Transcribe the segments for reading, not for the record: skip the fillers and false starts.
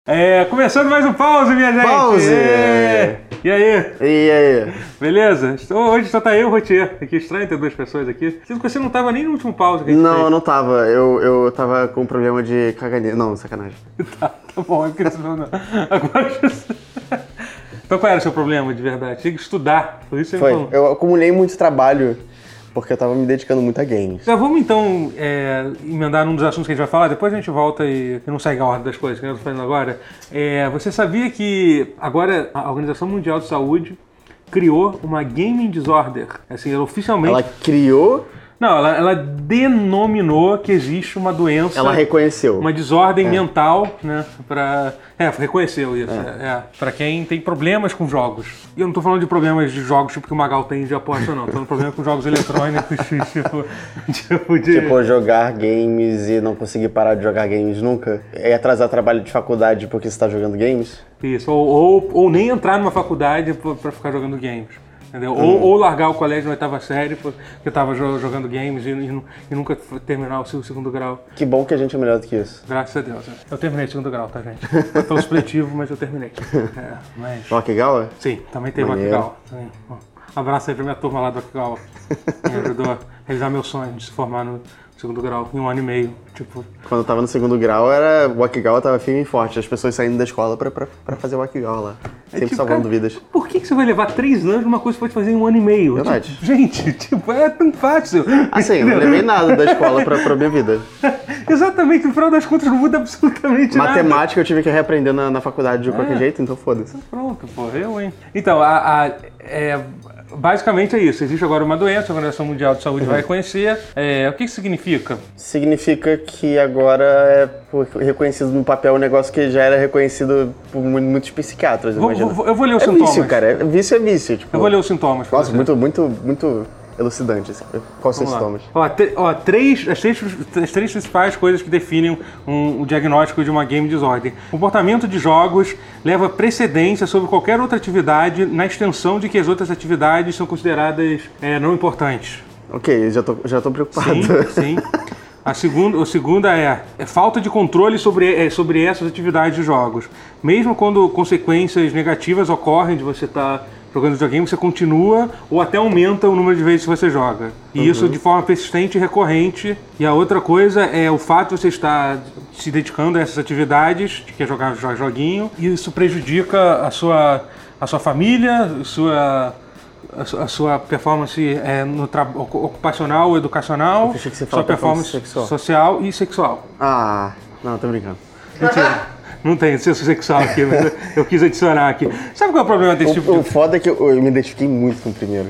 Começando mais um Pause, minha gente! Pause! E aí? E aí? Beleza? Hoje só tá eu e o Rotier. Aqui estranho ter duas pessoas aqui. Sinto que você não tava nem no último pause que a gente fez. Não tava. Eu tava com problema de caganeira. Não, sacanagem. Tá bom, é porque você não. Agora Então qual era o seu problema de verdade? Tinha que estudar. Por isso você me falou. Eu acumulei muito trabalho porque eu tava me dedicando muito a games. Já vamos então emendar num dos assuntos que a gente vai falar, depois a gente volta e não segue a ordem das coisas que eu tô fazendo agora. Você sabia que agora a Organização Mundial de Saúde criou uma Gaming Disorder? Assim, ela oficialmente... Ela criou... Não, ela denominou que existe uma doença... Ela reconheceu. Uma desordem mental, né? Reconheceu isso. Pra quem tem problemas com jogos. E eu não tô falando de problemas de jogos tipo que o Magal tem de aposta, não. Tô falando de problemas com jogos eletrônicos, Tipo, jogar games e não conseguir parar de jogar games nunca? E atrasar trabalho de faculdade porque você tá jogando games? Isso, ou nem entrar numa faculdade pra ficar jogando games. Entendeu? Ou largar o colégio na oitava série porque eu tava jogando games e nunca terminar o segundo grau. Que bom que a gente é melhor do que isso. Graças a Deus. Eu terminei o segundo grau, tá, gente? Foi pelo supletivo, mas eu terminei. Wakigawa? Sim, também tem Wakigawa. Abraço aí pra minha turma lá do Wakigawa. Me ajudou a realizar meu sonho de se formar no segundo grau em 1 ano e meio. Tipo... Quando eu tava no segundo grau, o Wakigawa tava firme e forte. As pessoas saindo da escola pra fazer o Wakigawa lá. Sempre salvando vidas. Por que você vai levar 3 anos numa coisa que pode fazer em 1 ano e meio? Verdade. Tipo, gente, é tão fácil. Assim, eu não levei nada da escola pra minha vida. Exatamente, no final das contas não muda absolutamente nada. Matemática eu tive que reaprender na faculdade de qualquer jeito, então foda-se. Pronto, pô, hein? Então, basicamente é isso. Existe agora uma doença, a Organização Mundial de Saúde vai reconhecer. O que isso significa? Significa que agora é reconhecido no papel um negócio que já era reconhecido por muitos psiquiatras, imagina. Eu vou ler os sintomas. Vício, cara. Vício é vício. Tipo... Eu vou ler os sintomas. Nossa, muito elucidante. Assim. Quais são os sintomas? As três principais coisas que definem o diagnóstico de uma game disorder. O comportamento de jogos leva precedência sobre qualquer outra atividade na extensão de que as outras atividades são consideradas não importantes. Ok, já tô preocupado. Sim. A segunda é falta de controle sobre essas atividades de jogos. Mesmo quando consequências negativas ocorrem de você estar jogando videogame, você continua ou até aumenta o número de vezes que você joga. E isso de forma persistente e recorrente. E a outra coisa é o fato de você estar se dedicando a essas atividades, que é jogar joguinho, e isso prejudica a sua família, a sua performance ocupacional ou educacional, sua performance social e sexual. Ah, não, tô brincando. Mentira. Não tem senso sexual aqui, mas eu quis adicionar aqui. Sabe qual é o problema desse tipo de... O foda é que eu me identifiquei muito com o primeiro.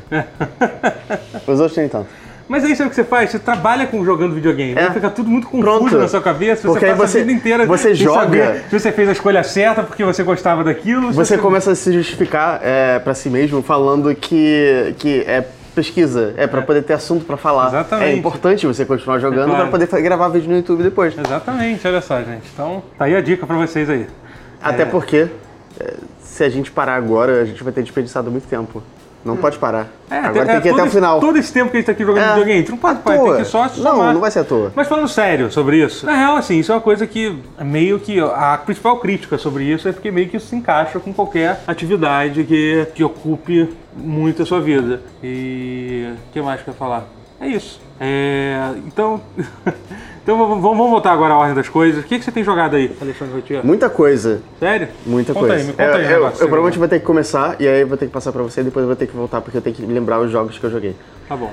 Os outros nem tanto. Mas aí sabe o que você faz? Você trabalha jogando videogame. Fica tudo muito confuso na sua cabeça. Porque você passa a vida inteira você joga... saber se você fez a escolha certa porque você gostava daquilo. Você começa a se justificar pra si mesmo falando que é pesquisa, pra poder ter assunto pra falar. Exatamente. É importante você continuar jogando pra poder gravar vídeo no YouTube depois. Exatamente, olha só, gente. Então, tá aí a dica pra vocês aí. Até porque, se a gente parar agora, a gente vai ter desperdiçado muito tempo. Não pode parar. Agora tem que ir até o final. Todo esse tempo que a gente tá aqui jogando videogame, a gente não pode parar, tem que só se somar. Não vai ser à toa. Mas falando sério sobre isso, na real, assim, isso é uma coisa que meio que a principal crítica sobre isso é porque meio que isso se encaixa com qualquer atividade que ocupe muito a sua vida. E o que mais que eu ia falar? É isso. Então vamos voltar agora à ordem das coisas. O que você tem jogado aí, Alexandre Rotier? Muita coisa. Sério? Muita coisa. Me conta aí. Eu provavelmente vou ter que começar, e aí vou ter que passar pra você, e depois eu vou ter que voltar, porque eu tenho que lembrar os jogos que eu joguei. Tá bom.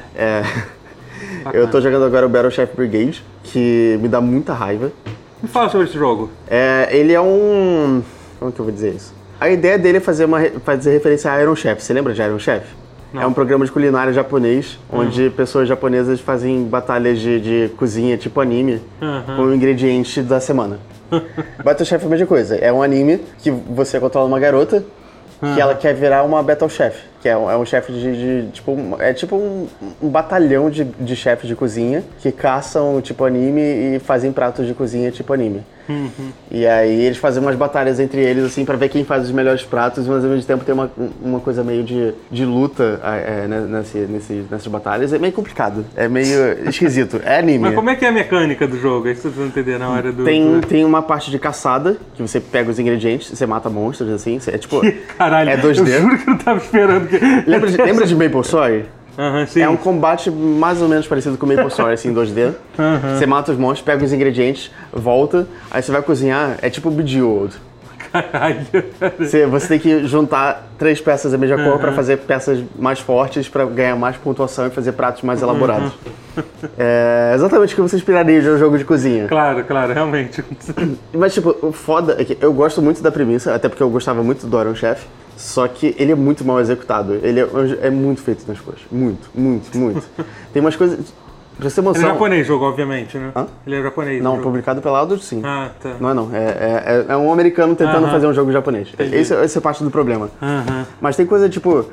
Eu tô jogando agora o Battle Chef Brigade, que me dá muita raiva. Me fala sobre esse jogo. Ele é um... Como que eu vou dizer isso? A ideia dele é fazer referência a Iron Chef. Você lembra de Iron Chef? Não. É um programa de culinária japonês, onde pessoas japonesas fazem batalhas de cozinha tipo anime, com o ingrediente da semana. Battle Chef é a mesma coisa. É um anime que você controla uma garota que ela quer virar uma Battle Chef, que é um chefe tipo um batalhão de chefes de cozinha que caçam tipo anime e fazem pratos de cozinha tipo anime. E aí eles fazem umas batalhas entre eles, assim, pra ver quem faz os melhores pratos, mas ao mesmo tempo tem uma coisa meio de luta nessas batalhas. É meio complicado, é meio esquisito. É anime. Mas como é que é a mecânica do jogo? É isso que você precisa entender na hora do... Tem uma parte de caçada, que você pega os ingredientes, você mata monstros, assim, é tipo... Caralho, é 2D. Eu juro que eu não tava esperando que... Lembra de Maple Story? Sim. É um combate mais ou menos parecido com o Maple Story, assim, em 2D. Você mata os monstros, pega os ingredientes, volta, aí você vai cozinhar, é tipo Bejeweled. Caralho. Você tem que juntar 3 peças da mesma cor pra fazer peças mais fortes, pra ganhar mais pontuação e fazer pratos mais elaborados. É exatamente o que você esperaria de um jogo de cozinha. Claro, realmente. Mas, tipo, o foda é que eu gosto muito da premissa, até porque eu gostava muito do Iron Chef, só que ele é muito mal executado. Ele é muito feito nas coisas. Muito. Tem umas coisas... Pra você ter noção... Ele é japonês o jogo, obviamente, né? Hã? Ele é japonês. Não, publicado pela Ados, sim. Ah, tá. Não. É um americano tentando fazer um jogo japonês. Esse é parte do problema. Mas tem coisa, tipo...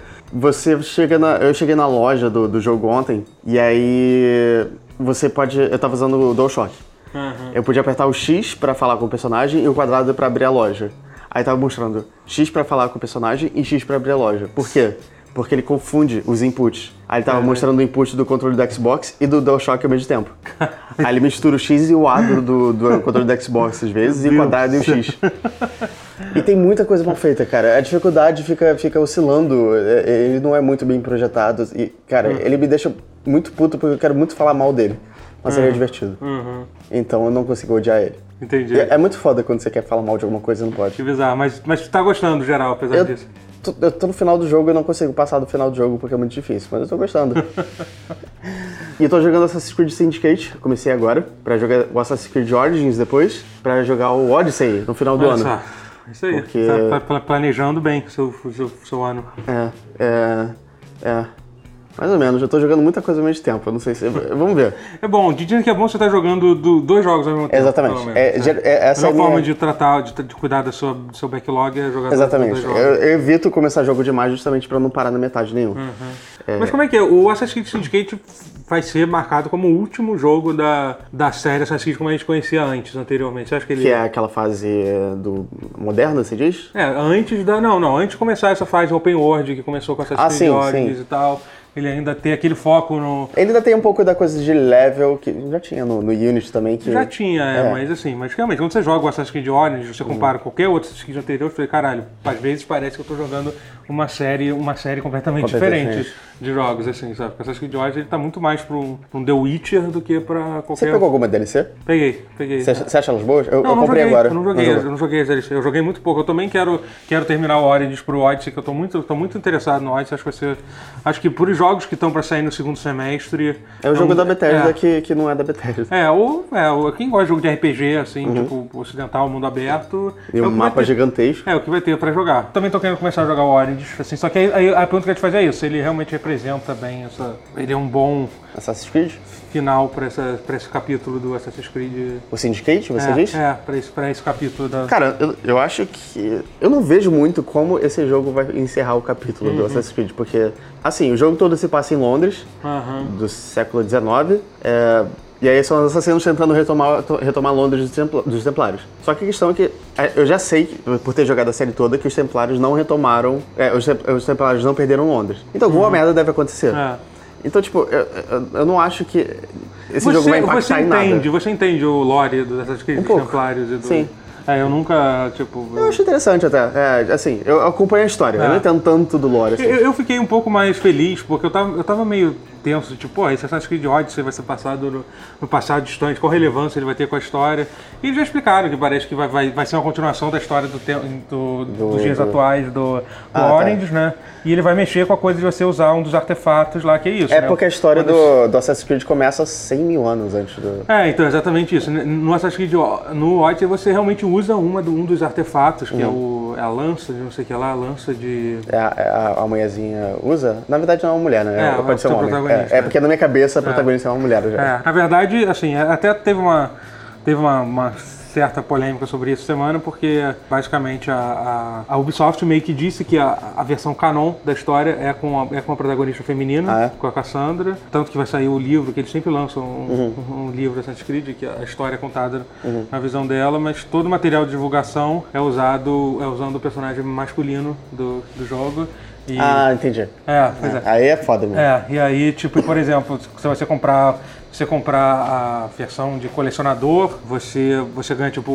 Eu cheguei na loja do jogo ontem, e aí... Eu tava usando o DualShock. Eu podia apertar o X pra falar com o personagem e o quadrado pra abrir a loja. Aí tava mostrando X pra falar com o personagem e X pra abrir a loja. Por quê? Porque ele confunde os inputs. Aí ele tava mostrando o input do controle do Xbox e do DualShock ao mesmo tempo. Aí ele mistura o X e o A do controle do Xbox às vezes, e o quadrado e o X. E tem muita coisa mal feita, cara. A dificuldade fica oscilando, ele não é muito bem projetado. E, cara, ele me deixa muito puto porque eu quero muito falar mal dele. Mas ele é divertido. Então eu não consigo odiar ele. Entendi. É muito foda quando você quer falar mal de alguma coisa e não pode. Que bizarro, mas tu tá gostando, geral, apesar disso. Eu tô no final do jogo, eu não consigo passar do final do jogo porque é muito difícil, mas eu tô gostando. E eu tô jogando Assassin's Creed Syndicate, comecei agora, pra jogar o Assassin's Creed Origins depois, pra jogar o Odyssey no final do ano. Só. Isso aí, porque... tá planejando bem o seu ano. Mais ou menos, eu tô jogando muita coisa ao mesmo tempo, eu não sei se... Vamos ver. É bom, dizem que é bom você estar jogando 2 jogos ao mesmo tempo. Exatamente. Essa é a forma de tratar, de cuidar do seu backlog é jogar 2 jogos. Eu evito começar jogo demais justamente pra não parar na metade nenhum. Mas como é que é? O Assassin's Creed Syndicate vai ser marcado como o último jogo da série Assassin's Creed como a gente conhecia anteriormente. Você acha que ele... Que é aquela fase do moderna, você diz? Antes de começar essa fase Open World que começou com Assassin's Creed Origins e tal. Ele ainda tem aquele foco no... Ele ainda tem um pouco da coisa de level, que já tinha no Unity também. Que... Já tinha, mas realmente, quando você joga o Assassin's Creed Origins, você compara com qualquer outro Assassin's Creed anterior, você fala, caralho, às vezes parece que eu tô jogando uma série completamente diferente de jogos, assim, sabe? Porque o Assassin's Creed Origins, ele tá muito mais pra um The Witcher do que pra qualquer... Você pegou alguma DLC? Peguei. Você acha elas boas? Eu não comprei joguei, agora. Eu não joguei as DLC, eu joguei muito pouco. Eu também quero terminar o Origins pro Odyssey, que eu tô muito interessado no Odyssey, acho que por jogos que estão pra sair no segundo semestre... É um jogo da Bethesda que não é da Bethesda. Quem gosta de jogo de RPG, assim, tipo, ocidental, mundo aberto... E um mapa gigantesco. É, o que vai ter pra jogar. Também tô querendo começar a jogar o Origins, assim, só que aí a pergunta que eu te fazer é isso, ele realmente representa bem ele é um bom... Assassin's Creed? Final pra esse capítulo do Assassin's Creed. O Syndicate, você diz? Pra esse capítulo da... Cara, eu acho que... Eu não vejo muito como esse jogo vai encerrar o capítulo do Assassin's Creed, porque, assim, o jogo todo se passa em Londres, do século XIX, e aí são os assassinos tentando retomar Londres dos Templários. Só que a questão é que eu já sei, por ter jogado a série toda, que os Templários não retomaram... os Templários não perderam Londres. Então alguma merda deve acontecer. Então, tipo, eu não acho que esse jogo vai impactar em nada. Você entende o lore dos Assassin's Creed dos Templários e do... Sim. Eu nunca, tipo... Eu acho interessante até. Assim, eu acompanho a história. Eu não entendo tanto do lore. Assim. Eu fiquei um pouco mais feliz, porque eu tava meio tenso, tipo, esse Assassin's Creed Odyssey vai ser passado no passado distante, qual relevância ele vai ter com a história. E eles já explicaram que parece que vai ser uma continuação da história dos dias atuais do Origins, né? E ele vai mexer com a coisa de você usar um dos artefatos lá, que é isso, né? Porque a história do Assassin's Creed começa 100 mil anos antes do... Então, exatamente isso. No Assassin's Creed, no Odyssey, você realmente usa um dos artefatos, que é a lança de não sei o que lá, a lança de... A mulherzinha usa? Na verdade não é uma mulher, né? Pode ser um homem. Porque na minha cabeça a protagonista é uma mulher já. Na verdade, assim, até teve uma certa polêmica sobre isso semana, porque basicamente a Ubisoft meio que disse que a versão canon da história é com a protagonista feminina, com a Cassandra, tanto que vai sair o livro, que eles sempre lançam um livro Assassin's Creed, que a história é contada na visão dela, mas todo o material de divulgação é usando o personagem masculino do jogo. Entendi. Pois é. Aí é foda mesmo. E aí, tipo, por exemplo, se você comprar a versão de colecionador, você ganha, tipo,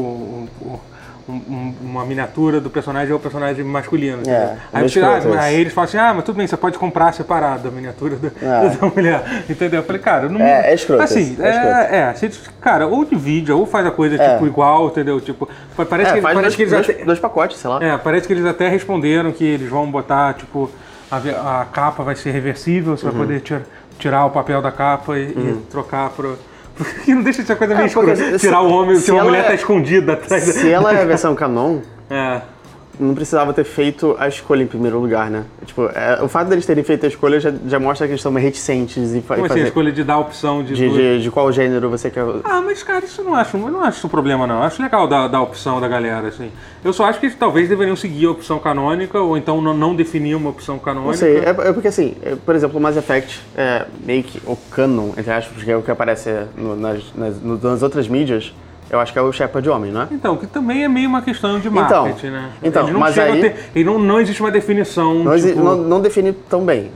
uma miniatura do personagem ou personagem masculino. Aí eles falam assim, mas tudo bem, você pode comprar separado a miniatura da mulher, entendeu? Eu falei, cara, não... É escroto. Assim, cara, ou divide, ou faz a coisa, tipo, igual, entendeu? Tipo, parece que eles dois pacotes, sei lá. Parece que eles até responderam que eles vão botar, tipo, a capa vai ser reversível, você vai poder tirar o papel da capa e trocar pro... Porque não deixa de ser coisa meio escura. Tirar o homem, se a mulher tá escondida atrás. Se ela é a versão canon, não precisava ter feito a escolha em primeiro lugar, né? Tipo, o fato deles terem feito a escolha já mostra que eles estão meio reticentes em fazer. Como assim, a escolha de dar a opção de qual gênero você quer... Mas cara, eu não acho isso problema, não. Eu acho legal dar a opção da galera, assim. Eu só acho que eles talvez deveriam seguir a opção canônica, ou então não definir uma opção canônica. Não sei, porque assim, por exemplo, o Mass Effect é meio que o canon, entre aspas, que é o que aparece nas outras mídias. Eu acho que é o Shepard homem, não é? Então, que também é meio uma questão de marketing, né? Então, mas aí... não existe uma definição, não define tão bem,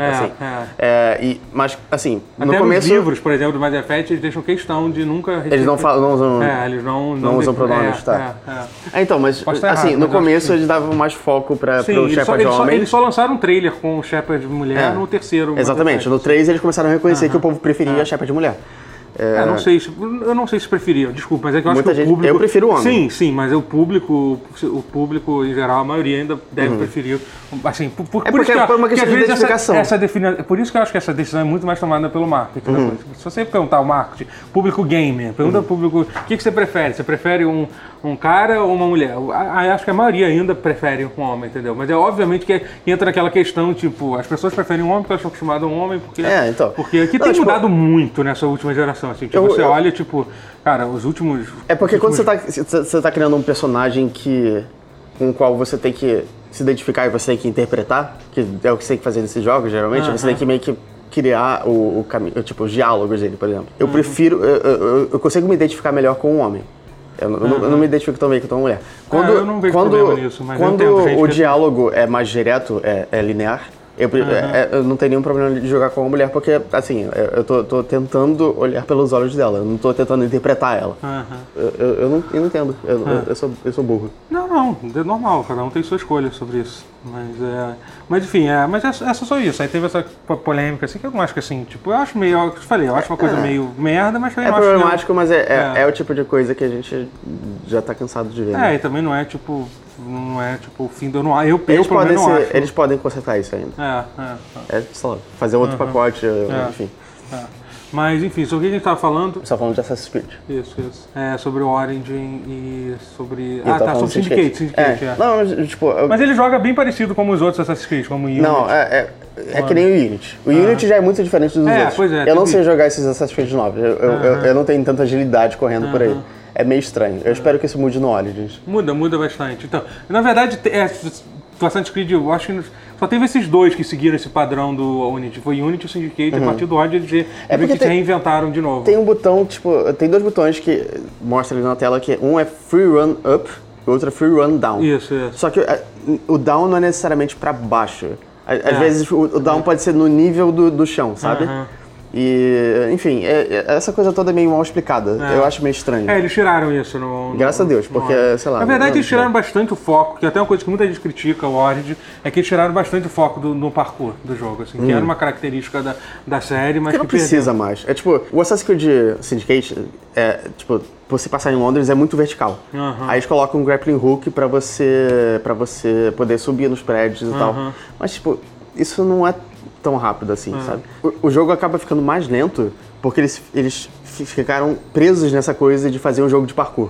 mas, assim, até no começo... nos livros, por exemplo, do Mass Effect, eles deixam questão de nunca... Eles não usam... eles não usam pronomes, Então, mas, assim, no começo eles davam mais foco pro Shepard homem. Eles só lançaram um trailer com o Shepard mulher no terceiro. Exatamente, no 3 eles começaram a reconhecer que o povo preferia a Shepard mulher. Eu não sei se preferia, desculpa, mas é que eu acho que o público... Eu prefiro o homem. Sim, mas o público em geral, a maioria ainda deve preferir. Assim, por isso que é uma questão de identificação. Por isso que eu acho que essa decisão é muito mais tomada pelo marketing. Né? Se você perguntar ao marketing, público gamer, pergunta ao público, o que você prefere? Você prefere um cara ou uma mulher? Acho que a maioria ainda prefere um homem, entendeu? Mas é obviamente que entra naquela questão, tipo, as pessoas preferem um homem porque elas estão acostumadas a um homem, porque aqui tem mudado muito nessa última geração. Assim, tipo, você olha, tipo, cara, os últimos... porque quando você tá criando um personagem com o qual você tem que se identificar e você tem que interpretar, que é o que você tem que fazer nesses jogos, geralmente, você tem que meio que criar o caminho, tipo, os diálogos dele, por exemplo. Eu prefiro... Eu consigo me identificar melhor com um homem. Eu não me identifico tão bem com uma mulher. Eu não vejo problema nisso, mas quando o diálogo é mais direto, é linear, eu não tenho nenhum problema de jogar com uma mulher, porque, assim, eu tô tentando olhar pelos olhos dela, eu não tô tentando interpretar ela. Eu não entendo, eu sou burro. Não, é normal, cada um tem sua escolha sobre isso. Mas enfim, mas é só isso. Aí teve essa polêmica, assim, que eu não acho que assim, tipo, eu acho meio, eu acho uma coisa meio merda, mas também não acho... É problemático, mas é o tipo de coisa que a gente já tá cansado de ver. E também não é tipo o fim do... Eles podem consertar isso ainda. Sei lá, fazer outro pacote, enfim. Mas enfim, sobre o que a gente estava falando? Você estava falando de Assassin's Creed. Isso. Sobre o Origin e sobre... sobre o Syndicate. Não, tipo... Mas ele joga bem parecido como os outros Assassin's Creed, como o Unity. Não, é que nem o Unity. O Unity já é muito diferente dos outros. Pois é, eu não sei jogar esses Assassin's Creed novos. Eu não tenho tanta agilidade correndo por aí. É meio estranho. Eu espero que isso mude no Origins. Muda bastante. Então, na verdade, o Assassin's Creed, eu acho que só teve esses dois que seguiram esse padrão do Unity. Foi o Unity e o Syndicate, a partir do Origins eles se reinventaram de novo. Tem um botão, tipo, tem dois botões que mostram ali na tela, que um é Free Run Up e o outro é Free Run Down. Isso. Só que o down não é necessariamente pra baixo. Às vezes o down pode ser no nível do chão, sabe? E, enfim, essa coisa toda é meio mal explicada. Eu acho meio estranho. Eles tiraram isso Graças a Deus, porque, sei lá... Na verdade, eles tiraram bastante o foco, que até uma coisa que muita gente critica o Origin, é que eles tiraram bastante o foco no parkour do jogo, assim, que era uma característica da série, mas que não precisa mais. É tipo, o Assassin's Creed Syndicate, tipo, você passar em Londres é muito vertical. Aí eles colocam um grappling hook pra você poder subir nos prédios e tal. Mas, tipo, isso não é tão rápido assim, sabe? O jogo acaba ficando mais lento porque eles ficaram presos nessa coisa de fazer um jogo de parkour.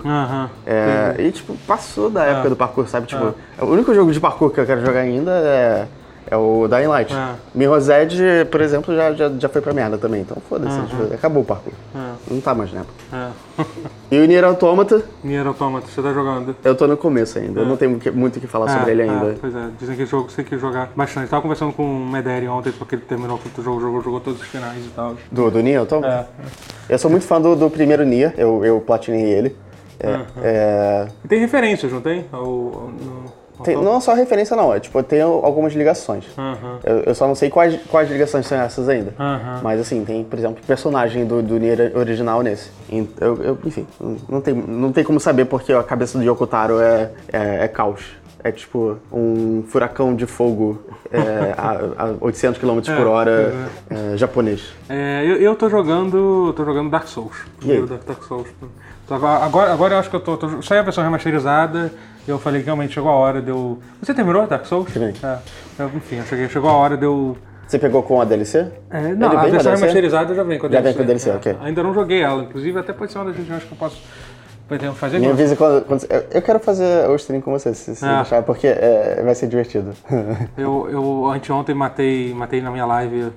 E, tipo, passou da época do parkour, sabe? Tipo, o único jogo de parkour que eu quero jogar ainda É o Dying Light. Mirror's Edge, por exemplo, já foi pra merda também. Então foda-se, acabou o parkour. Não tá mais na época. E o Nier Automata? Nier Automata, você tá jogando? Eu tô no começo ainda, eu não tenho muito o que falar sobre ele ainda. Pois é, dizem que esse jogo você tem que jogar bastante. Eu tava conversando com o Mederi ontem, porque ele terminou o jogo, jogou todos os finais e tal. Do Nier Automata? Eu sou muito fã do primeiro Nier, eu platinei ele. E tem referências, não tem? Não só referência não, tem algumas ligações. Eu só não sei quais ligações são essas ainda. Mas assim, tem, por exemplo, personagem do Nier original nesse. Enfim, não tem como saber porque a cabeça do Yoko Taro é caos. É tipo um furacão de fogo a 800 km por hora japonês. Eu tô jogando Dark Souls. Dark Souls. Agora eu acho que saiu a versão remasterizada. Eu falei que realmente chegou a hora de eu... Você terminou Dark Souls? Sim. Enfim, chegou a hora de eu... Você pegou com a DLC? Não, a versão remasterizada já vem com a DLC. Já vem com a DLC, ok. Ainda não joguei ela, inclusive até pode ser uma das regiões que eu posso fazer. Me avisa quando eu quero fazer o stream com você, se deixar, porque vai ser divertido. Eu anteontem matei na minha live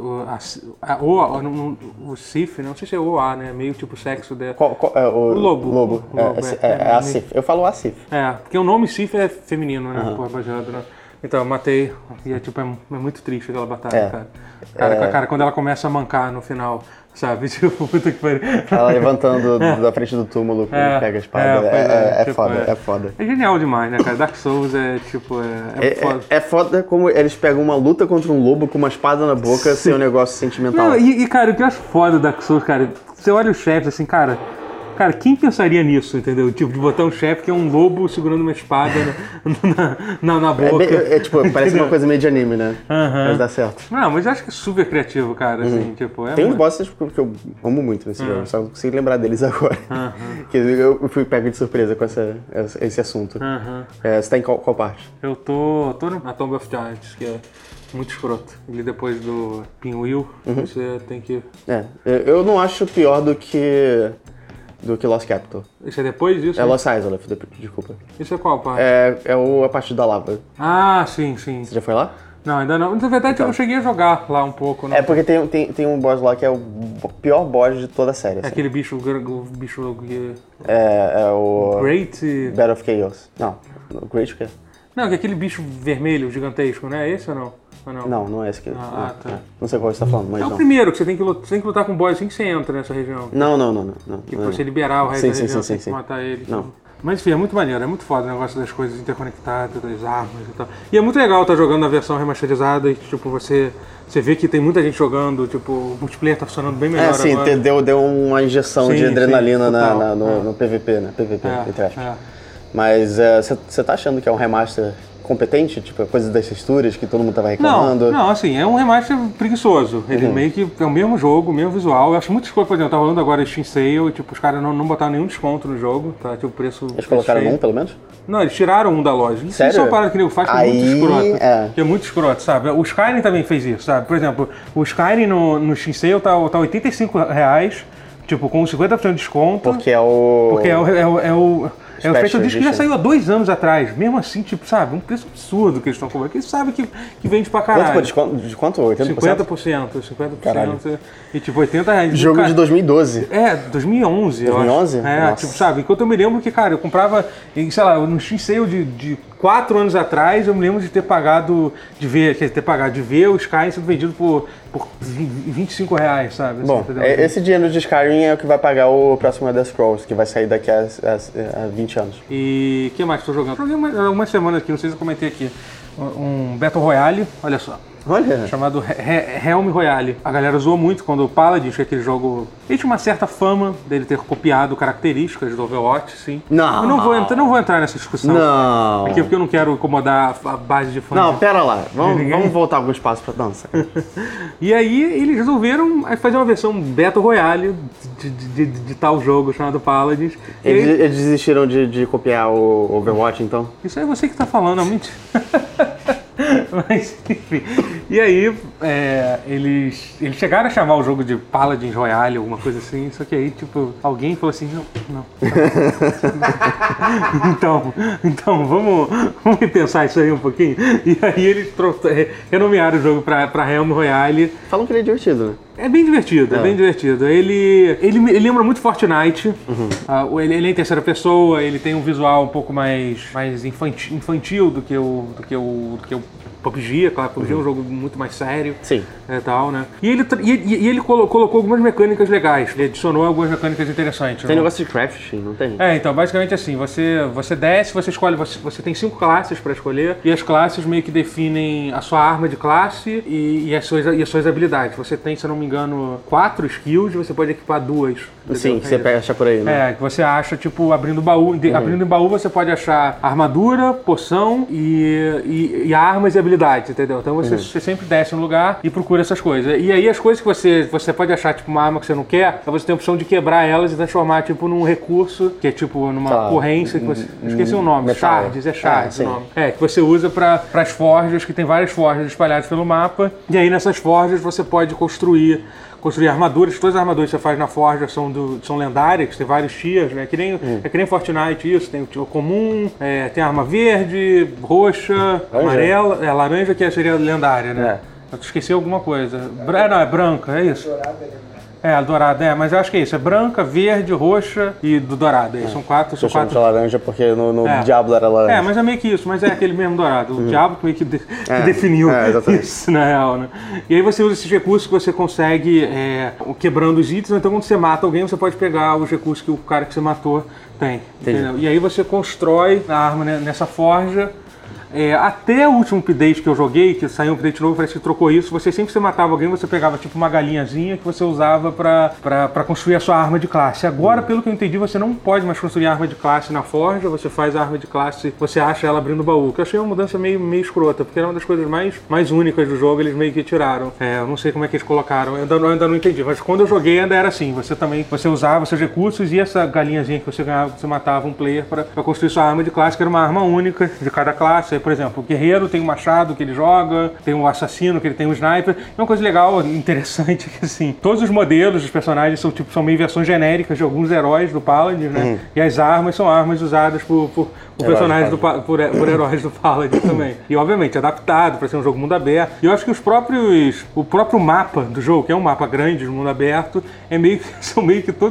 o Sif, não sei se é o A, né? Meio tipo sexo dela. O lobo. É a Sif. Eu falo a Sif. Porque o nome Sif é feminino, né? Baseado, né? Então, eu matei e é muito triste aquela batalha, cara. Cara, quando ela começa a mancar no final, sabe? Tipo, puta que pariu. Ela levantando da frente do túmulo, pega a espada. É foda. É genial demais, né, cara? Dark Souls é foda. É foda como eles pegam uma luta contra um lobo com uma espada na boca sem um negócio sentimental. Não, cara, o que eu acho foda do Dark Souls, cara, você olha os chefes assim, cara, quem pensaria nisso, entendeu? Tipo, de botar um chefe que é um lobo segurando uma espada na boca. Parece uma coisa meio de anime, né? Mas dá certo. Não, mas eu acho que é super criativo, cara, assim, tipo... Tem uns bosses que eu amo muito nesse jogo, só não consigo lembrar deles agora. Que eu fui pego de surpresa com esse assunto. Você tá em qual parte? Eu tô na Tomb of Giants, que é muito escroto. E depois do Pinwheel, você tem que... Eu não acho pior do que Lost Capital. Isso é depois disso? É Lost Isle, desculpa. Isso é qual parte? A parte da lava. Ah, sim. Você já foi lá? Não, ainda não. Na verdade, eu cheguei a jogar lá um pouco. Né? Porque tem um boss lá que é o pior boss de toda a série. É aquele bicho... o... Great... Battle of Chaos. Não, o Great o quê? Não, que é aquele bicho vermelho, gigantesco, né? É esse ou não? Não é esse aqui. Não sei qual você tá falando, mas o primeiro, que você tem que lutar com o boss assim que você entra nessa região. Não. Que pra você liberar o resto da região, você tem que sim. matar ele. Não. Mas enfim, é muito maneiro, é muito foda o negócio das coisas interconectadas, das armas e tal. E é muito legal estar jogando na versão remasterizada e, tipo, você vê que tem muita gente jogando, tipo, o multiplayer tá funcionando bem melhor sim, agora. deu uma injeção de adrenalina no PVP, né? PVP, entre aspas. Mas você tá achando que é um remaster competente? Tipo, coisa das texturas que todo mundo tava reclamando? Não, assim, é um remaster preguiçoso. Ele meio que é o mesmo jogo, o mesmo visual. Eu acho muito escuro, por exemplo, eu tava falando agora Steam Sale, tipo, os caras não botaram nenhum desconto no jogo, tá? Tipo, o preço... Eles colocaram um, pelo menos? Não, eles tiraram um da loja. Sério? Isso é uma parada que o nego faz que é muito escroto. Que é muito escroto, sabe? O Skyrim também fez isso, sabe? Por exemplo, o Skyrim no Steam Sale tá R$85, tipo, com 50% de desconto. Porque é o... É o Special Edition que já saiu há 2 anos atrás. Mesmo assim, tipo, sabe? Um preço absurdo que eles estão cobrando. Porque eles sabem que vende pra caralho. De quanto? 80%? 50%. Caralho. E tipo, R$80. Jogo de 2012. 2011. 2011? Nossa. Tipo, sabe? Enquanto eu me lembro que, cara, eu comprava, sei lá, no Steam Sale de 4 anos atrás, eu me lembro de ter de ver o Skyrim sendo vendido por R$25, sabe? Bom, esse dinheiro de Skyrim é o que vai pagar o próximo Elder Scrolls, que vai sair daqui a 20 anos. E o que mais que eu tô jogando? Joguei umas semanas aqui, não sei se eu comentei aqui, um Battle Royale, olha só. Olha. Chamado Helm Royale. A galera zoou muito quando o Paladins, que é aquele jogo... Ele tinha uma certa fama dele ter copiado características do Overwatch, sim. Não. Eu não vou entrar nessa discussão. Não. Aqui porque eu não quero incomodar a base de fãs. Não, pera lá. Vamos voltar alguns passos pra dança. E aí eles resolveram fazer uma versão Battle Royale de tal jogo chamado Paladins. Eles desistiram de copiar o Overwatch, então? Isso é você que tá falando, realmente. Mas, enfim. E aí, eles chegaram a chamar o jogo de Paladins Royale, alguma coisa assim, só que aí, tipo, alguém falou assim, não. Então, vamos repensar isso aí um pouquinho. E aí eles renomearam o jogo pra Realm Royale. Falam que ele é divertido, né? É bem divertido, é bem divertido. Ele lembra muito Fortnite. Ele é em terceira pessoa, ele tem um visual um pouco mais infantil do que o PUBG, é claro, PUBG é um jogo muito mais sério. Sim. Tal, né? E ele colocou algumas mecânicas legais. Ele adicionou algumas mecânicas interessantes. Tem negócio de crafting, não tem? Então, basicamente assim, você desce, você escolhe, você tem 5 classes pra escolher, e as classes meio que definem a sua arma de classe e as suas habilidades. Você tem, se eu não me engano, 4 skills, você pode equipar 2. Sim, que você acha por aí, né? Que você acha, tipo, abrindo baú. Abrindo em baú você pode achar armadura, poção e armas e habilidades, entendeu? Então você sempre desce no lugar e procura essas coisas. E aí as coisas que você pode achar, tipo, uma arma que você não quer, você tem a opção de quebrar elas e transformar, tipo, num recurso, que é tipo numa ocorrência que você... Esqueci o nome. Metal. Shards o nome. Que você usa para as forjas, que tem várias forjas espalhadas pelo mapa. E aí nessas forjas você pode construir armaduras. Todas as armaduras que você faz na forja são lendárias, tem vários tiers, né? É que nem Fortnite isso, tem o tier comum, tem arma verde, roxa, amarela, laranja que seria lendária, né? Eu esqueci alguma coisa. Não, é branca, é isso? Dourada, mas eu acho que é isso. É branca, verde, roxa e do dourado. São quatro. Eu chamo de laranja porque no Diablo era laranja. Mas é meio que isso, mas é aquele mesmo dourado. O Diablo meio que definiu isso, na real, né? E aí você usa esses recursos que você consegue quebrando os itens, então quando você mata alguém, você pode pegar os recursos que o cara que você matou tem. Entendeu? E aí você constrói a arma nessa forja. Até o último update que eu joguei, que saiu um update novo, parece que trocou isso. Sempre que você matava alguém, você pegava tipo uma galinhazinha que você usava pra construir a sua arma de classe. Agora, pelo que eu entendi, você não pode mais construir arma de classe na forja, você faz a arma de classe, você acha ela abrindo o baú. Que eu achei uma mudança meio escrota, porque era uma das coisas mais únicas do jogo, eles meio que tiraram. Eu não sei como é que eles colocaram, eu ainda não entendi, mas quando eu joguei ainda era assim, você usava seus recursos e essa galinhazinha que você ganhava, você matava um player pra construir sua arma de classe, que era uma arma única de cada classe. Por exemplo, o guerreiro tem um machado que ele joga, tem um assassino que ele tem um sniper. E uma coisa legal, interessante, é que assim, todos os modelos dos personagens são meio versões genéricas de alguns heróis do Paladin, né? E as armas são armas usadas por personagens por heróis do Paladin também. E obviamente adaptado para ser um jogo mundo aberto. E eu acho que o próprio mapa do jogo, que é um mapa grande de mundo aberto, são meio que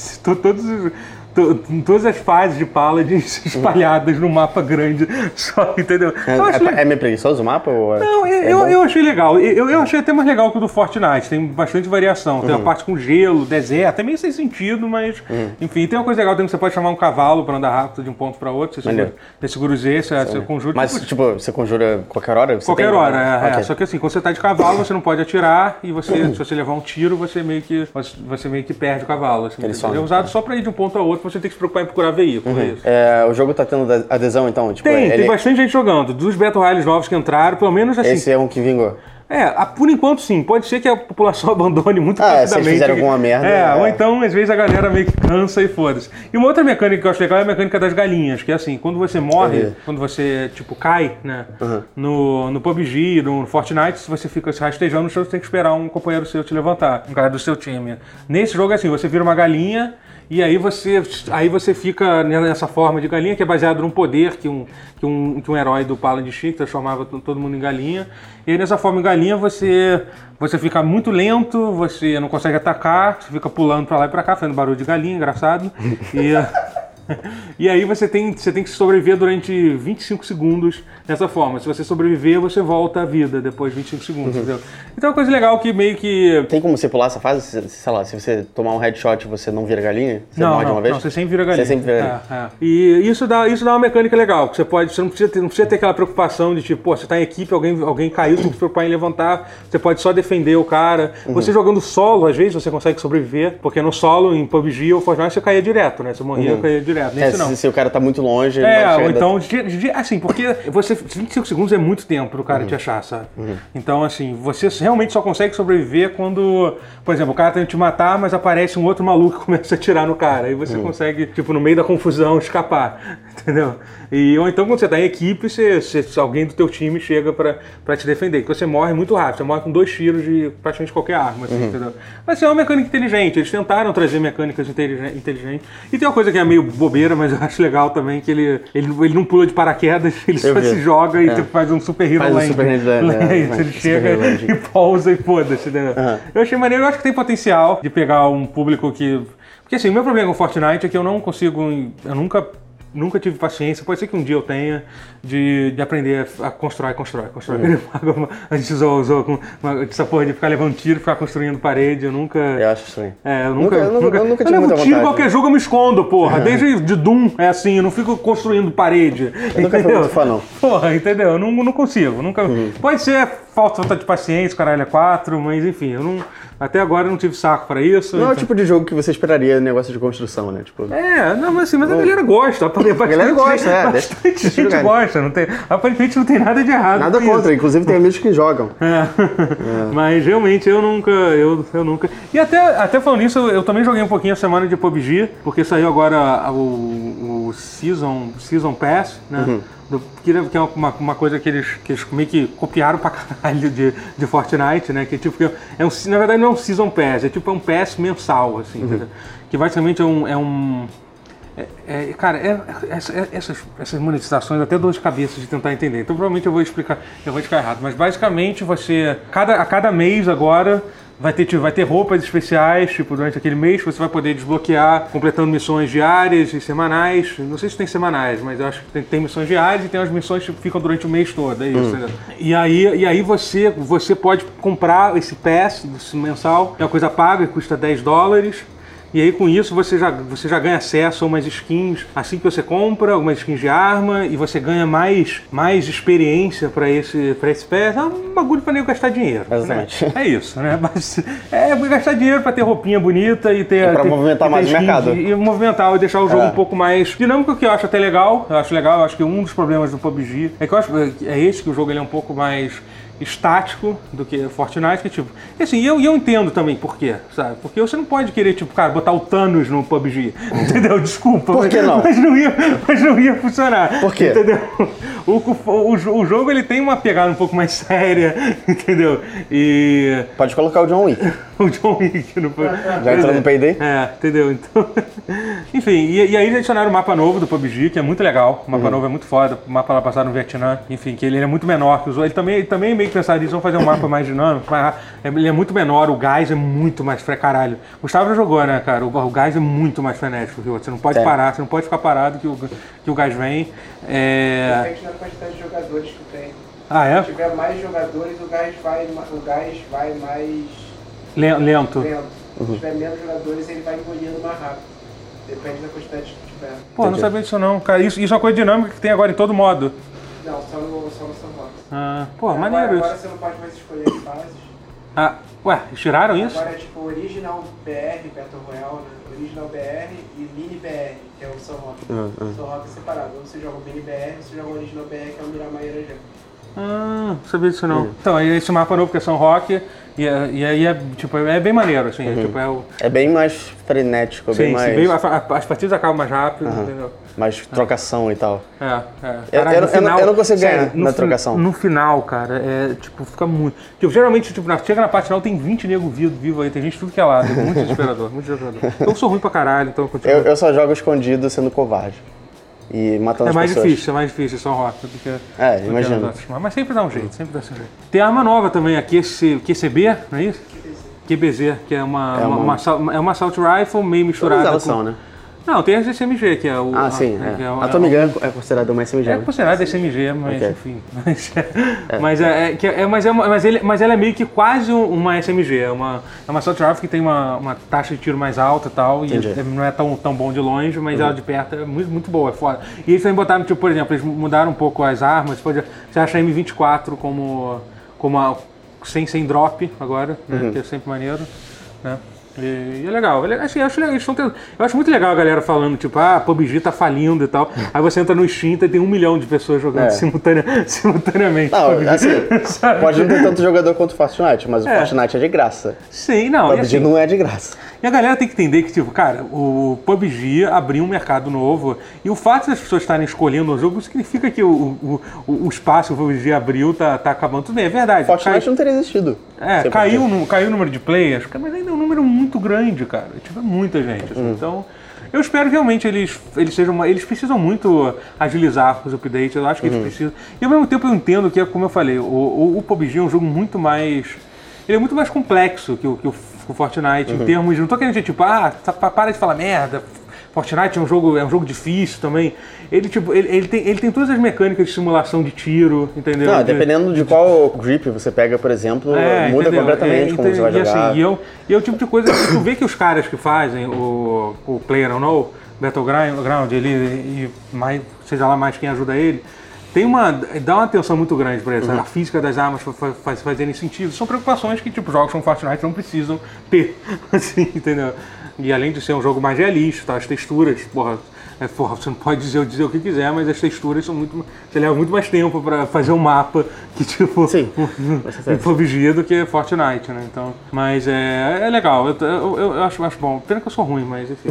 todas as fases de Paladins espalhadas no mapa grande, só, entendeu? É meio preguiçoso o mapa? Não, eu achei legal. Eu achei até mais legal que o do Fortnite. Tem bastante variação. Tem uma parte com gelo, deserto, até meio sem sentido, mas... Enfim, tem uma coisa legal, você pode chamar um cavalo para andar rápido de um ponto para outro. Você segura o Z, você conjura... Mas, tipo, você conjura qualquer hora? Qualquer hora, okay. Só que assim, quando você tá de cavalo, você não pode atirar e se você levar um tiro, você meio que perde o cavalo. Assim, ele é usado só para ir de um ponto a outro, você tem que se preocupar em procurar veículo. O jogo tá tendo adesão, então? Tipo, tem bastante gente jogando. Dos Battle Royales novos que entraram, pelo menos assim... Esse é um que vingou? Por enquanto sim. Pode ser que a população abandone muito rapidamente. Se eles fizerem alguma merda. Ou então, às vezes, a galera meio que cansa e foda-se. E uma outra mecânica que eu acho legal é a mecânica das galinhas, que é assim, quando você morre, quando você, tipo, cai, né, no PUBG, no Fortnite, se você fica se rastejando no chão, você tem que esperar um companheiro seu te levantar, um cara do seu time. Nesse jogo é assim, você vira uma galinha e aí você fica nessa forma de galinha, que é baseado num poder que um herói do Paladin tinha, que transformava todo mundo em galinha. E aí nessa forma em galinha você fica muito lento, você não consegue atacar, você fica pulando pra lá e pra cá, fazendo barulho de galinha, engraçado. E aí você tem que sobreviver durante 25 segundos dessa forma. Se você sobreviver, você volta à vida depois de 25 segundos, entendeu? Então é uma coisa legal que meio que... Tem como você pular essa fase? Sei lá, se você tomar um headshot você não vira galinha? Você morre de uma vez? Não, você sempre vira galinha. Você sempre vira galinha. E isso dá uma mecânica legal, que você não precisa ter aquela preocupação de tipo, você tá em equipe, alguém caiu, você tem que se preocupar em levantar, você pode só defender o cara. Você jogando solo, às vezes, você consegue sobreviver, porque no solo, em PUBG ou Fortnite, você caía direto, né? Você morria, caía direto. Se o cara tá muito longe... ou então, assim, porque 25 segundos é muito tempo pro cara te achar, sabe? Então, assim, você realmente só consegue sobreviver quando, por exemplo, o cara tenta te matar, mas aparece um outro maluco que começa a atirar no cara. Aí você consegue, tipo, no meio da confusão, escapar. entendeu? Ou então quando você tá em equipe, alguém do teu time chega pra te defender, que você morre muito rápido, você morre com 2 tiros de praticamente qualquer arma, assim, entendeu? Mas é uma mecânica inteligente, eles tentaram trazer mecânicas inteligentes. E tem uma coisa que é meio bobeira, mas eu acho legal também, que ele não pula de paraquedas, ele só se joga e faz um super hero landing. Ele chega e pousa e foda-se, entendeu? Eu achei maneiro, eu acho que tem potencial de pegar um público que... Porque assim, o meu problema com Fortnite é que eu não consigo... Eu nunca tive paciência, pode ser que um dia eu tenha, de aprender a constrói. A gente usou com essa porra de ficar levando tiro, ficar construindo parede, eu nunca... Eu acho estranho. Eu nunca tive muita vontade. Tiro, qualquer jogo eu me escondo, porra. Desde de Doom é assim, eu não fico construindo parede. Eu nunca fui muito fã, não. Porra, entendeu? Eu não consigo, nunca... Pode ser falta de paciência, caralho, é 4, mas enfim, eu não... Até agora eu não tive saco pra isso. Não é o tipo de jogo que você esperaria negócio de construção, né? Tipo... mas a galera gosta. A galera gosta, bastante gente gosta. Aparentemente não tem nada de errado. Nada contra, inclusive tem amigos que jogam. Mas realmente eu nunca. E até falando nisso, eu também joguei um pouquinho a semana de PUBG, porque saiu agora o Season Pass, né? Que é uma coisa que eles meio que copiaram pra caralho de Fortnite, né? Que tipo, na verdade não é um Season Pass, é tipo um pass mensal, assim, que basicamente essas monetizações até dor de cabeça de tentar entender. Então provavelmente eu vou explicar errado, mas basicamente a cada mês agora vai ter roupas especiais, tipo, durante aquele mês você vai poder desbloquear completando missões diárias e semanais. Não sei se tem semanais, mas eu acho que tem missões diárias e tem as missões que ficam durante o mês todo, é isso. E aí você pode comprar esse pass mensal, é uma coisa paga, custa $10. E aí com isso você já ganha acesso a umas skins assim que você compra, algumas skins de arma, e você ganha mais experiência pra esse pass. É um bagulho pra nego gastar dinheiro. Exatamente. Né? É isso, né? Mas gastar dinheiro pra ter roupinha bonita e ter... pra movimentar mais o mercado. E movimentar e deixar o jogo um pouco mais dinâmico, que eu acho até legal. Eu acho que um dos problemas do PUBG é que eu acho que o jogo ele é um pouco mais estático do que Fortnite, que tipo... E assim, eu entendo também por quê, sabe? Porque você não pode querer, tipo, cara, botar o Thanos no PUBG, entendeu? Desculpa. Por que não? Mas não ia funcionar. Por quê? Entendeu? O jogo, ele tem uma pegada um pouco mais séria, entendeu? E... Pode colocar o John Wick. O John Wick no PUBG. Já entrou no Payday? Entendeu? Então... Enfim, e aí eles adicionaram o mapa novo do PUBG, que é muito legal. O mapa novo é muito foda. O mapa lá passado no Vietnã. Enfim, que ele é muito menor que os outros. Ele também meio que pensaram nisso, vão fazer um mapa mais dinâmico, mais rápido. Ele é muito menor, o gás é muito mais caralho. O Gustavo já jogou, né, cara? O gás é muito mais frenético que o outro. Você não pode parar, você não pode ficar parado que o gás vem. Depende da quantidade de jogadores que tem. É? Se tiver mais jogadores, o gás vai mais lento. Se tiver menos jogadores, ele vai engolindo mais rápido. Depende da quantidade que tiver. Pô, não sabia disso não, cara. Isso é uma coisa dinâmica que tem agora em todo modo. Não, só no Sandbox. Pô, maneiro isso. Agora você não pode mais escolher as fases. Ué, tiraram isso? Agora é tipo Original BR, Battle Royale, né? Original BR e Mini BR, que é o Sunrock. O Sunrock é separado. Ou você joga o Mini BR, ou você joga o Original BR, que é o Miramar Irajá. Não sabia disso não. Então, aí esse mapa novo que é São Roque, e aí é bem maneiro, assim. É bem mais frenético, sim, bem mais... Sim, as partidas acabam mais rápido, entendeu? Mais trocação e tal. Caraca, eu não consigo ganhar na trocação. No final, cara, fica muito... geralmente, chega na parte final, tem 20 negros vivos aí, tem gente tudo que é lado, é muito desesperador, muito desesperador. Eu sou ruim pra caralho, então eu continuo. Eu só jogo escondido sendo covarde. E matando as pessoas. É mais difícil São Roque do que... imagina. Mas sempre dá um jeito, Tem arma nova também, a QCB, não é isso? QBZ, que é uma assault rifle meio misturada Todas elas são, né? Não, tem a SMG, que é o... sim. A Tommy Gun é considerada uma SMG. É considerada SMG, mas enfim. Mas ela é meio que quase uma SMG. É uma assault rifle que tem uma taxa de tiro mais alta e tal. E não é tão bom de longe, mas ela de perto é muito, muito boa, é foda. E eles também botaram, tipo, por exemplo, eles mudaram um pouco as armas. Você acha a M24 sem drop agora, né? Que é sempre maneiro, né? E é legal, assim, eu acho muito legal a galera falando, tipo, PUBG tá falindo e tal. Aí você entra no Steam e tem 1 milhão de pessoas jogando simultaneamente. Não, assim, pode não ter tanto jogador quanto o Fortnite, mas o Fortnite é de graça. Sim, não. O PUBG não é de graça. E a galera tem que entender que, tipo, cara, o PUBG abriu um mercado novo e o fato das pessoas estarem escolhendo o jogo significa que o espaço que o PUBG abriu tá acabando. Tudo bem, é verdade. Fortnite não teria existido. Caiu o número de players, mas ainda é um número muito grande, cara. Tipo, é muita gente, assim. Então, eu espero que realmente eles precisam muito agilizar os updates, eu acho que eles precisam. E ao mesmo tempo eu entendo que, como eu falei, o PUBG é um jogo muito mais... Ele é muito mais complexo que o Fortnite, em termos de... Não tô querendo dizer, tipo, para de falar merda, Fortnite é um jogo difícil também. Ele tem todas as mecânicas de simulação de tiro, entendeu? Não, dependendo de qual grip você pega, por exemplo, muda completamente como você vai jogar. Assim, e é o tipo de coisa que tu vê que os caras que fazem o PlayerUnknown's Battleground, e mais, seja lá mais quem ajuda ele, dá uma atenção muito grande para isso. A física das armas fazerem sentido. São preocupações que, tipo, jogos como Fortnite não precisam ter, assim, entendeu? E além de ser um jogo mais realista, tá? As texturas, você não pode dizer o que quiser, mas as texturas são muito... Você leva muito mais tempo para fazer um mapa que, tipo, um PUBG do que Fortnite, né? Então, mas é legal, eu acho bom. Pena que eu sou ruim, mas enfim.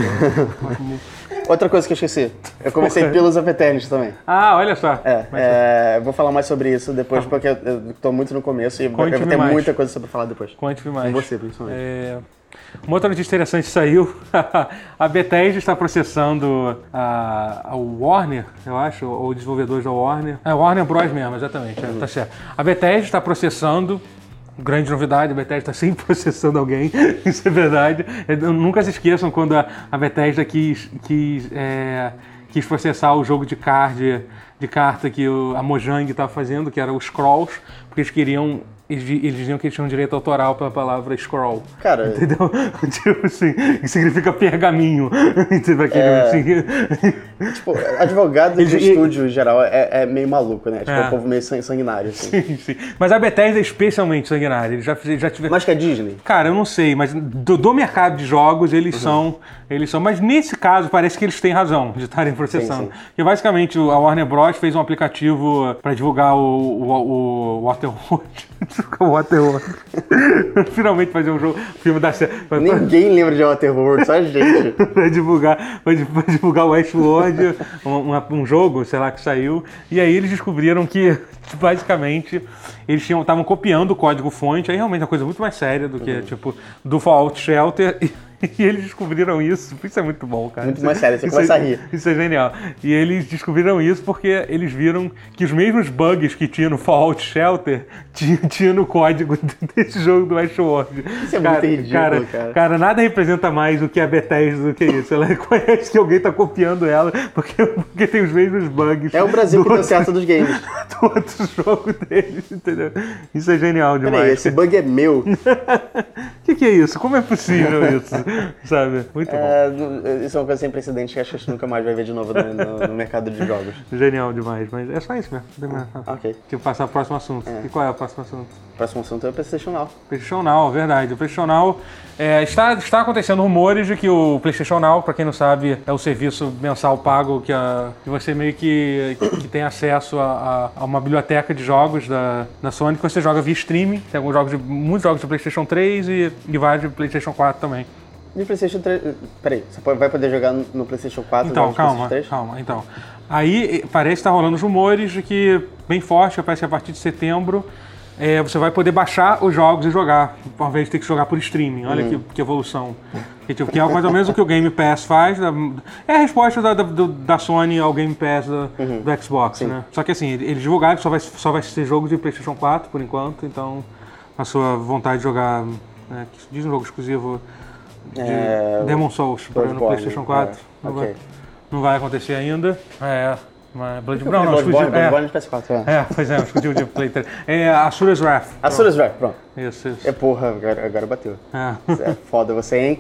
Outra coisa que eu esqueci, eu comecei Pillars of Eternity também. Olha só. Vou falar mais sobre isso depois, porque eu tô muito no começo e eu vou ter muita coisa sobre falar depois. Conte-me mais. Com você, principalmente. Uma outra notícia interessante saiu, a Bethesda está processando a Warner, eu acho, ou desenvolvedores da Warner. Warner Bros. Mesmo, exatamente, tá certo. A Bethesda está processando, grande novidade, a Bethesda está sempre processando alguém, isso é verdade. Nunca se esqueçam quando a Bethesda quis processar o jogo de carta que a Mojang estava fazendo, que era o Scrolls, porque eles diziam que eles tinham direito autoral pela palavra scroll. Cara... Entendeu? Tipo assim, que significa pergaminho. Tipo, advogado de estúdio em geral é meio maluco, né? Tipo, é um povo meio sanguinário. Assim. Sim. Mas a Bethesda é especialmente sanguinária. Eles já tiveram... Mais que a Disney? Cara, eu não sei, mas do mercado de jogos eles são... Mas nesse caso parece que eles têm razão de estarem processando. Sim. Porque basicamente a Warner Bros. Fez um aplicativo para divulgar o Waterworld. Finalmente fazer um filme da série. Ninguém lembra de Waterworld, só a gente. Pra divulgar o Westworld, um jogo, sei lá, que saiu. E aí eles descobriram que, basicamente, eles estavam copiando o código-fonte. Aí realmente é uma coisa muito mais séria do que, tipo, do Fallout Shelter. E eles descobriram isso é muito bom, cara. Muito mais sério, você começa a rir. Isso é genial. E eles descobriram isso porque eles viram que os mesmos bugs que tinha no Fallout Shelter tinha no código desse jogo do Westworld. Isso é muito ridículo, cara. Cara, nada representa mais o que a Bethesda do que isso. Ela reconhece que alguém tá copiando ela porque tem os mesmos bugs. É o Brasil que deu certo dos games. Do outro jogo deles, entendeu? Isso é genial demais. Peraí, esse bug é meu. O que é isso? Como é possível isso? Sabe? Muito bom. Isso é uma coisa sem precedente que acho que a gente nunca mais vai ver de novo no mercado de jogos. Genial demais, mas é só isso mesmo. Ok. Tipo, passar pro próximo assunto. E qual é o próximo assunto? O próximo assunto é o PlayStation Now. PlayStation Now, verdade. O PlayStation Now está acontecendo rumores de que o PlayStation Now, para quem não sabe, é o serviço mensal pago que você meio que tem acesso a uma biblioteca de jogos da Sony que você joga via streaming. Tem muitos jogos de PlayStation 3 e vários de PlayStation 4 também. De PlayStation 3... Peraí, você vai poder jogar no PlayStation 4 então, calma. Então, aí parece que tá rolando os rumores de que, bem forte, parece que a partir de setembro você vai poder baixar os jogos e jogar, ao invés de ter que jogar por streaming. Olha que evolução. Que é mais ou menos o que o Game Pass faz. É a resposta da Sony ao Game Pass do Xbox, né? Só que assim, eles divulgaram que só vai ser jogo de PlayStation 4 por enquanto, então a sua vontade de jogar, que diz um jogo exclusivo de Demon's Souls no PlayStation 4. Não vai acontecer ainda. Bloodborne no PS4, pois é, um exclusivo de Play 3. Asura's Wrath. Asura's Wrath, pronto. Isso. Porra, agora bateu. É foda você, hein?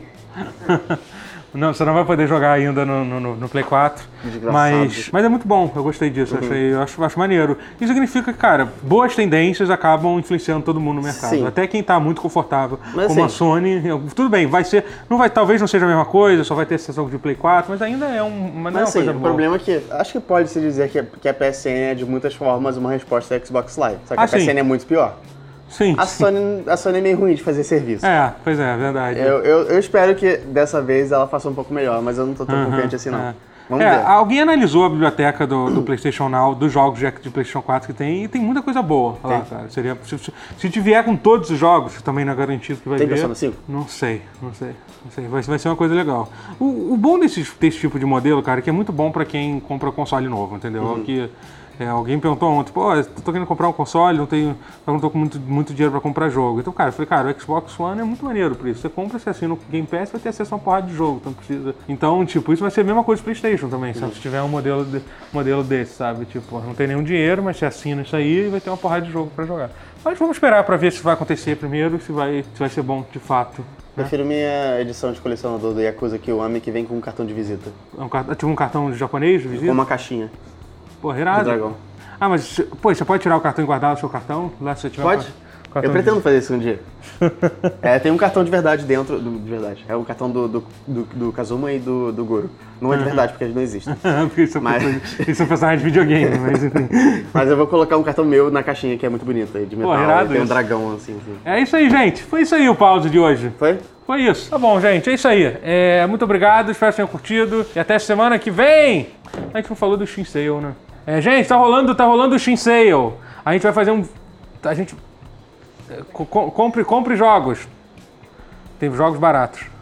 Não, você não vai poder jogar ainda no Play 4, mas é muito bom, eu gostei disso, eu acho maneiro. Isso significa que, cara, boas tendências acabam influenciando todo mundo no mercado. Sim. Até quem tá muito confortável, como a Sony, tudo bem, talvez não seja a mesma coisa, só vai ter sessão de Play 4, mas ainda é uma coisa boa. O problema é que, acho que pode-se dizer que a PSN é de muitas formas uma resposta da Xbox Live, só que a PSN é muito pior. Sim. A Sony é meio ruim de fazer serviço. Pois é verdade. Eu espero que dessa vez ela faça um pouco melhor, mas eu não tô tão confiante assim não. Vamos ver. Alguém analisou a biblioteca do PlayStation Now, dos jogos de PlayStation 4 que tem, e tem muita coisa boa lá, cara. Se tiver com todos os jogos, também não é garantido que vai Tem ver. Persona 5? Não sei. Vai ser uma coisa legal. O bom desse tipo de modelo, cara, é que é muito bom pra quem compra console novo, entendeu? Que alguém perguntou ontem, tô querendo comprar um console, não tô com muito dinheiro pra comprar jogo. Então, cara, eu falei, cara, o Xbox One é muito maneiro por isso. Você compra, você assina o Game Pass, vai ter acesso a uma porrada de jogo, então precisa. Então, tipo, isso vai ser a mesma coisa do PlayStation também, sabe? Se tiver um modelo desse, sabe? Tipo, não tem nenhum dinheiro, mas você assina isso aí e vai ter uma porrada de jogo pra jogar. Mas vamos esperar pra ver se vai acontecer primeiro, se vai ser bom de fato. Prefiro minha edição de colecionador do Yakuza Kiwami que vem com um cartão de visita. Tipo um cartão japonês de visita? Com uma caixinha. Porra, irado. Do dragão. Mas, você pode tirar o cartão e guardar o seu cartão? Lá se você tiver Pode? Eu pretendo fazer isso um dia. Tem um cartão de verdade dentro. De verdade. É o cartão do Kazuma e do Goro. Não é de verdade, porque eles não existem. Porque isso é um personagem de videogame, mas enfim. Mas eu vou colocar um cartão meu na caixinha, que é muito bonita, de metal. Irado tem um isso. dragão assim. É isso aí, gente. Foi isso aí o pause de hoje. Foi? Foi isso. Tá bom, gente. É isso aí. Muito obrigado. Espero que tenham curtido. E até semana que vem. A gente não falou do Steam Sale, né? Gente, tá rolando o Steam Sale. A gente vai fazer compre jogos. Tem jogos baratos.